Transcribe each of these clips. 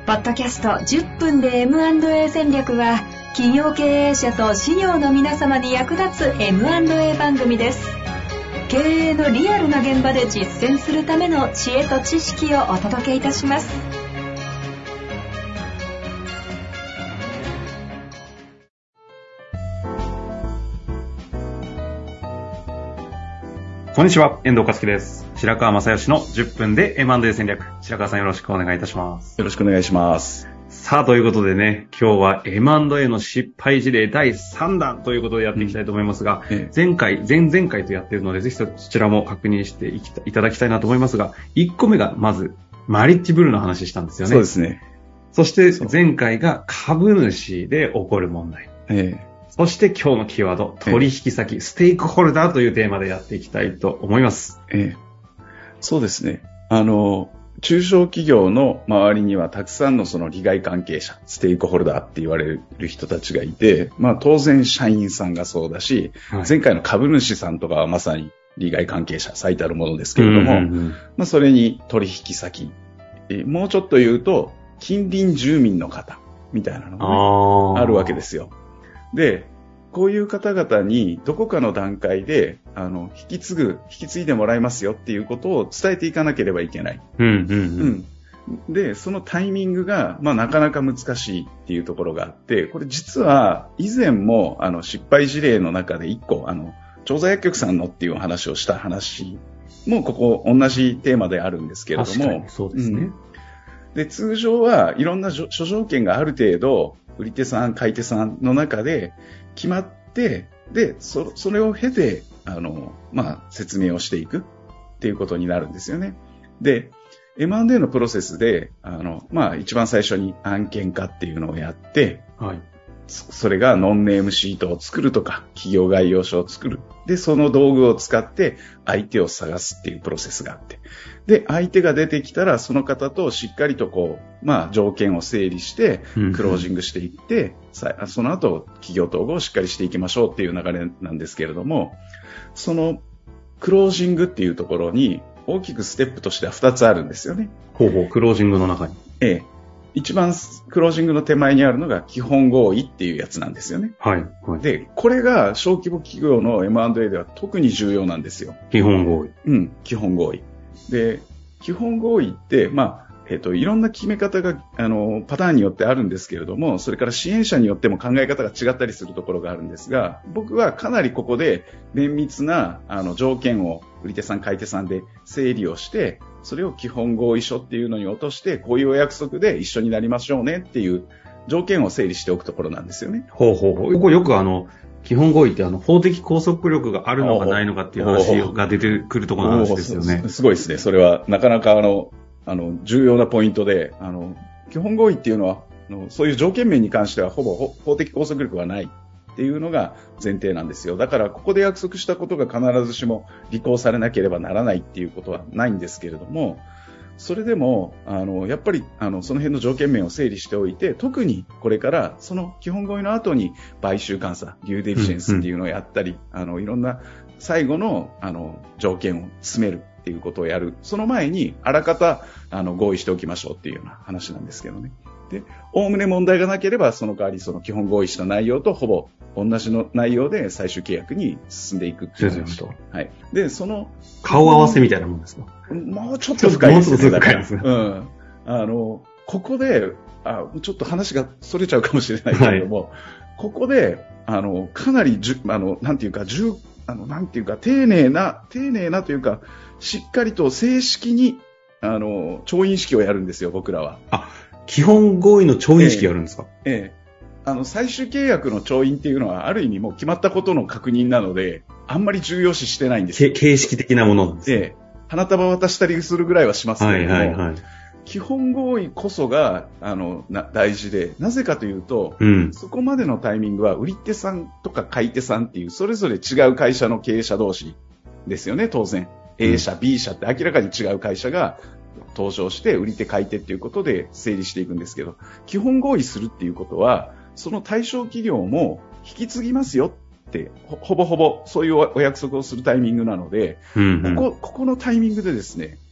ポッドキャスト10分で M&A 戦略は、企業経営者と事業の皆様に役立つ M&A 番組です。経営のリアルな現場で実践するための知恵と知識をお届けいたします。 こんにちは、遠藤和樹です。白川正義の10分で M&A 戦略。白川さん、よろしくお願いいたします。 よろしくお願いします。 さあ、ということでね、今日は M&A の失敗事例第3弾ということでやっていきたいと思いますが、前々回とやっているので、ぜひそちらも確認していただきたいなと思いますが、1個目がまず、マリッジブルの話したんですよね。 そうですね。 そして前回が株主で起こる問題。そして今日のキーワード、取引先、ステークホルダーというテーマでやっていきたいと思います。 そうですね。中小企業の周りにはたくさんのその利害関係者、ステークホルダーって言われる人たちがいて、当然社員さんがそうだし、前回の株主さんとかはまさに利害関係者、最たるものですけれども、それに取引先、もうちょっと言うと、近隣住民の方、みたいなのが、ね、あるわけですよ。で、こういう方々にどこかの段階で、引き継いでもらいますよっていうことを伝えていかなければいけない。で、そのタイミングが、なかなか難しいっていうところがあって、これ実は以前も、失敗事例の中で一個、調剤薬局さんのっていう話をした話も、ここ同じテーマであるんですけれども。 確かにそうですね。 で、通常はいろんな諸条件がある程度、売り手さん、買い手さんの中で決まって、で、それを経て、説明をしていくっていうことになるんですよね。で、M&A のプロセスで、一番最初に案件化っていうのをやって、それがノンネームシートを作るとか、企業概要書を作る。で、その道具を使って相手を探すっていうプロセスがあって。で、相手が出てきたら、その方としっかりと条件を整理して、クロージングしていって、その後、企業統合をしっかりしていきましょうっていう流れなんですけれども、そのクロージングっていうところに、大きくステップとしては2つあるんですよね。 クロージングの中に。 一番クロージングの手前にあるのが基本合意っていうやつなんですよね。で、これが小規模企業の M&A では特に重要なんですよ。 基本合意。 基本合意。で、基本合意って、いろんな決め方が、パターンによってあるんですけれども、それから支援者によっても考え方が違ったりするところがあるんですが、僕はかなりここで綿密な、条件を売り手さん、買い手さんで整理をして、それを基本合意書っていうのに落として、こういうお約束で一緒になりましょうねっていう条件を整理しておくところなんですよね。 これよく基本合意って法的拘束力があるのかないのかっていう話が出てくるところの話ですよね。 すごいですね。それはなかなか重要なポイントで、基本合意っていうのは、そういう条件面に関してはほぼ法的拘束力はないっていうのが前提なんですよ。だから、ここで約束したことが必ずしも履行されなければならないっていうことはないんですけれども、それでも、やっぱり、その辺の条件面を整理しておいて、特にこれから、その基本合意の後に買収監査、デューデリジェンスっていうのをやったり、いろんな最後の、条件を詰めるっていうことをやる。その前に、あらかた、合意しておきましょうっていうような話なんですけどね。で、おおむね問題がなければ、その代わりその基本合意した内容とほぼ同じの内容で最終契約に進んでいくっていう話と。で、その顔合わせみたいなもんですか？ もうちょっと深いですね。ここで、ちょっと話が逸れちゃうかもしれないけれども、ここで、かなりなんていうか、丁寧なというか、しっかりと正式に、調印式をやるんですよ、僕らは。 基本合意の調印式やるんですか？ 最終契約の調印っていうのは、ある意味もう決まったことの確認なので、あんまり重要視してないんですよ。 形式的なものなんですね。 花束渡したりするぐらいはしますけれども、基本合意こそが大事で、なぜかというと、そこまでのタイミングは売り手さんとか買い手さんっていうそれぞれ違う会社の経営者同士ですよね、当然。A 社、B 社って明らかに違う会社が登場して売り手買い手っていうことで整理していくんですけど、基本合意するっていうことは、その対象企業も引き継ぎますよって、ほぼほぼそういうお約束をするタイミングなので、ここのタイミングでですね、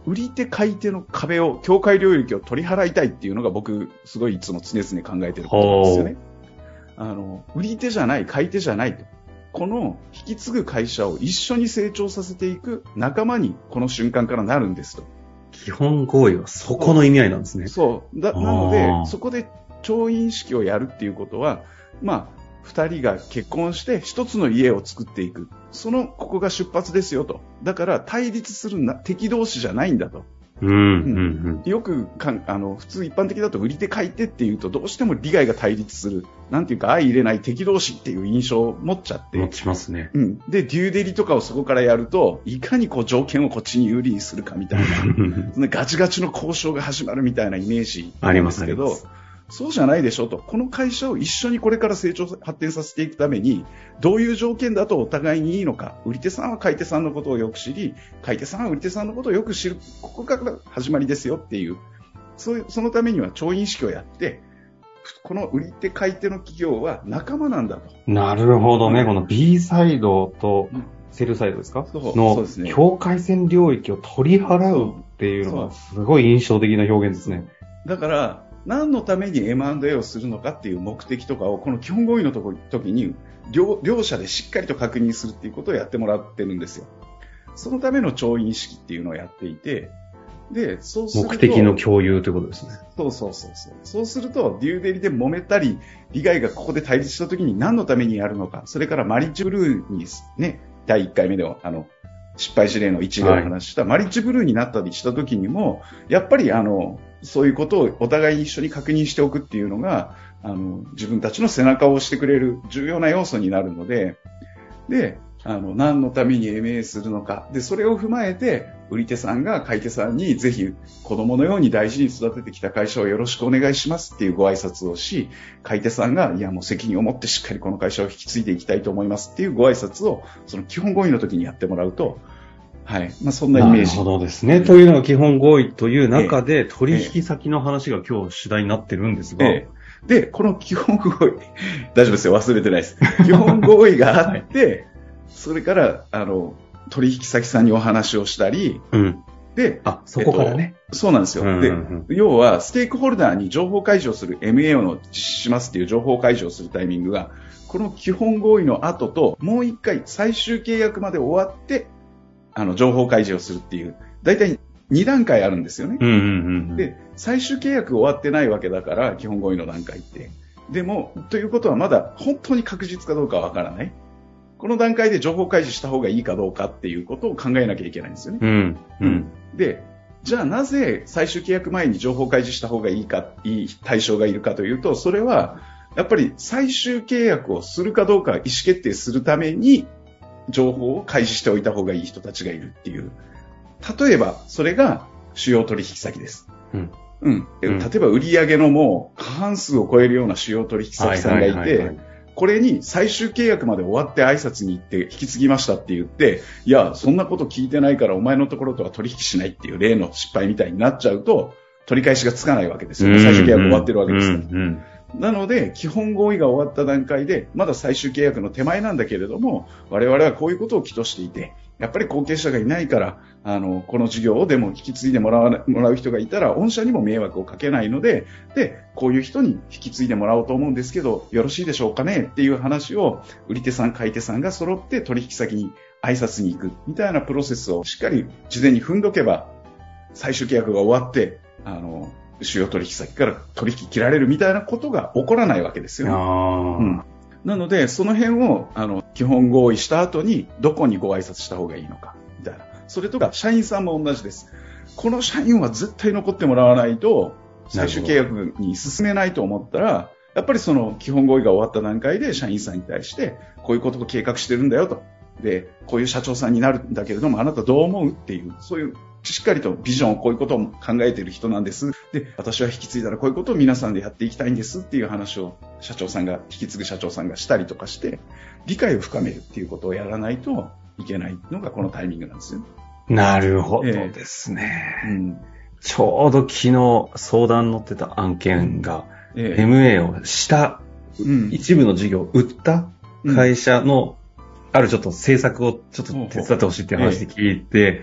売り手買い手の壁を、境界領域を取り払いたいっていうのが僕、すごいいつも常々考えてることなんですよね。売り手じゃない、買い手じゃないと。この引き継ぐ会社を一緒に成長させていく仲間にこの瞬間からなるんですと。 基本合意はそこの意味合いなんですね。 そう。なので、そこで調印式をやるっていうことは、二人が結婚して一つの家を作っていく。ここが出発ですよと。だから対立する敵同士じゃないんだと。よく普通一般的だと売り手買い手っていうとどうしても利害が対立する。なんていうか相入れない敵同士っていう印象を持っちゃって。 持ちますね。 で、デューデリとかをそこからやると、いかに条件をこっちに有利にするかみたいな、ガチガチの交渉が始まるみたいなイメージなんですけど、そうじゃないでしょと。この会社を一緒にこれから成長、発展させていくために、どういう条件だとお互いにいいのか。売り手さんは買い手さんのことをよく知り、買い手さんは売り手さんのことをよく知る。ここから始まりですよっていう。そのためには調印式をやって、この売り手買い手の企業は仲間なんだと。 なるほどね。この B サイドとセルサイドですか？の境界線領域を取り払うっていうのがすごい印象的な表現ですね。 だから、何のために M&A をするのかっていう目的とかをこの基本合意の時に両者でしっかりと確認するっていうことをやってもらってるんですよ。そのための調印式っていうのをやっていて、で、そうすると目的の共有ということですね。 そうするとデューデリで揉めたり利害がここで対立した時に何のためにやるのか、それからマリッジブルーにね、第1回目では失敗事例の一例を話した、マリッジブルーになったりした時にもやっぱりそういうことをお互い一緒に確認しておくっていうのが自分たちの背中を押してくれる重要な要素になるので、何のために MA するのか。で、それを踏まえて、売り手さんが買い手さんにぜひ子供のように大事に育ててきた会社をよろしくお願いしますっていうご挨拶をし、買い手さんが、いやもう責任を持ってしっかりこの会社を引き継いでいきたいと思いますっていうご挨拶を、その基本合意の時にやってもらうと、はい。そんなイメージ。 なるほどですね。というのが基本合意という中で、取引先の話が今日主題になってるんですが、 で、この基本合意、大丈夫ですよ、忘れてないです。基本合意があって、それから、取引先さんにお話をしたり、で、 そこからね。 そうなんですよ。で、要は、ステークホルダーに情報開示をする、MA を実施しますっていう情報開示をするタイミングが、この基本合意の後と、もう一回最終契約まで終わって、情報開示をするっていう、だいたい2段階あるんですよね。で、最終契約終わってないわけだから、基本合意の段階って。でも、ということはまだ本当に確実かどうかわからない。この段階で情報開示した方がいいかどうかっていうことを考えなきゃいけないんですよね。で、じゃあなぜ最終契約前に情報開示した方がいい対象がいるかというと、それは、やっぱり最終契約をするかどうか意思決定するために、情報を開示しておいた方がいい人たちがいるっていう。例えば、それが主要取引先です。例えば、売上のもう過半数を超えるような主要取引先さんがいて、これに最終契約まで終わって挨拶に行って引き継ぎましたって言って、いや、そんなこと聞いてないからお前のところとは取引しないっていう例の失敗みたいになっちゃうと、取り返しがつかないわけですよね。最終契約終わってるわけですから。なので、基本合意が終わった段階で、まだ最終契約の手前なんだけれども、我々はこういうことを期としていて、やっぱり後継者がいないから、この事業をでも引き継いでもらう人がいたら、御社にも迷惑をかけないので、こういう人に引き継いでもらおうと思うんですけど、よろしいでしょうかねっていう話を、売り手さん、買い手さんが揃って取引先に挨拶に行く、みたいなプロセスをしっかり事前に踏んどけば、最終契約が終わって、主要取引先から取引切られるみたいなことが起こらないわけですよね。なので、その辺を、基本合意した後に、どこにご挨拶した方がいいのか、みたいな。それとか、社員さんも同じです。この社員は絶対残ってもらわないと、最終契約に進めないと思ったら、やっぱりその基本合意が終わった段階で、社員さんに対して、こういうことを計画してるんだよと。で、こういう社長さんになるんだけれども、あなたどう思うっていう、そういう、しっかりとビジョンをこういうことを考えている人なんです。で、私は引き継いだらこういうことを皆さんでやっていきたいんですっていう話を引き継ぐ社長さんがしたりとかして、理解を深めるっていうことをやらないといけないのがこのタイミングなんですよ。 なるほどですね。ちょうど昨日相談乗ってた案件が、MA をした一部の事業を売った会社のあるちょっと政策をちょっと手伝ってほしいっていう話で聞いて、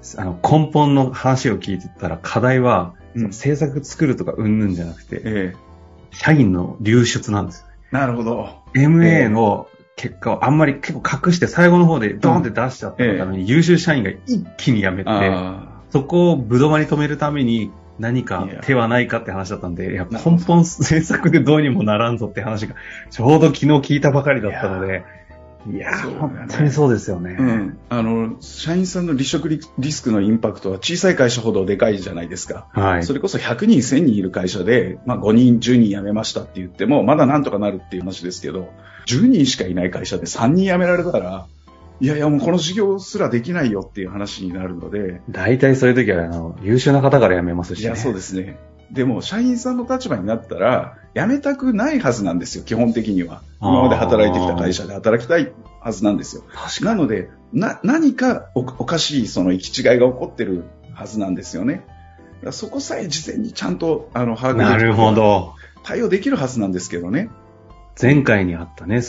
根本の話を聞いてたら課題は、制作作るとかうんぬんじゃなくて、社員の流出なんですよね。 なるほど。 MA の結果をあんまり結構隠して最後の方でドーンって出しちゃったために優秀社員が一気に辞めて、そこをぶどまに止めるために何か手はないかって話だったんで、根本制作でどうにもならんぞって話がちょうど昨日聞いたばかりだったので、本当にそうですよね。 社員さんの離職リスクのインパクトは小さい会社ほどでかいじゃないですか。 はい。 それこそ100人、1000人いる会社で、5人、10人辞めましたって言っても、まだなんとかなるっていう話ですけど、10人しかいない会社で3人辞められたら、もうこの事業すらできないよっていう話になるので。 大体そういう時は、優秀な方から辞めますしね。 そうですね。でも、社員さんの立場になったら、辞めたくないはずなんですよ、基本的には。今まで働いてきた会社で働きたいはずなんですよ。なので、何かおかしいその行き違いが起こってるはずなんですよね。そこさえ事前にちゃんと把握できる。 なるほど。 対応できるはずなんですけどね。 前回にあったね、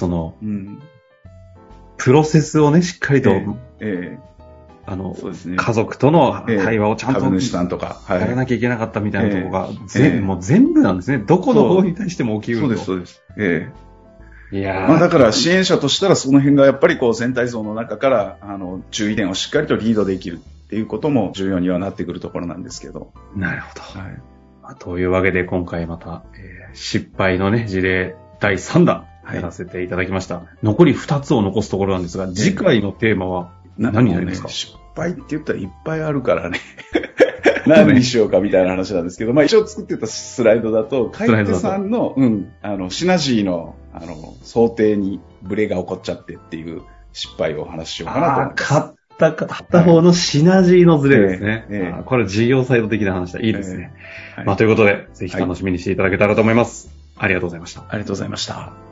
プロセスをね、しっかりと、そうですね、家族との対話をちゃんと、 株主さんとか、 やらなきゃいけなかったみたいなところが、もう全部なんですね。どこの方に対しても起きると。 そうです。だから支援者としたらその辺がやっぱり全体像の中から注意点をしっかりとリードできるっていうことも重要にはなってくるところなんですけど。 なるほど。というわけで今回また、失敗のね、事例第3弾やらせていただきました。残り2つを残すところなんですが、次回のテーマは何になりますか？ 失敗って言ったらいっぱいあるからね。何にしようかみたいな話なんですけど、一応作ってたスライドだと、買い手さんの、シナジーの、想定にブレが起こっちゃってっていう失敗をお話ししようかなと思います。 買った方のシナジーのズレですね。これ事業サイド的な話だ。いいですね。ということで、ぜひ楽しみにしていただけたらと思います。ありがとうございました。 ありがとうございました。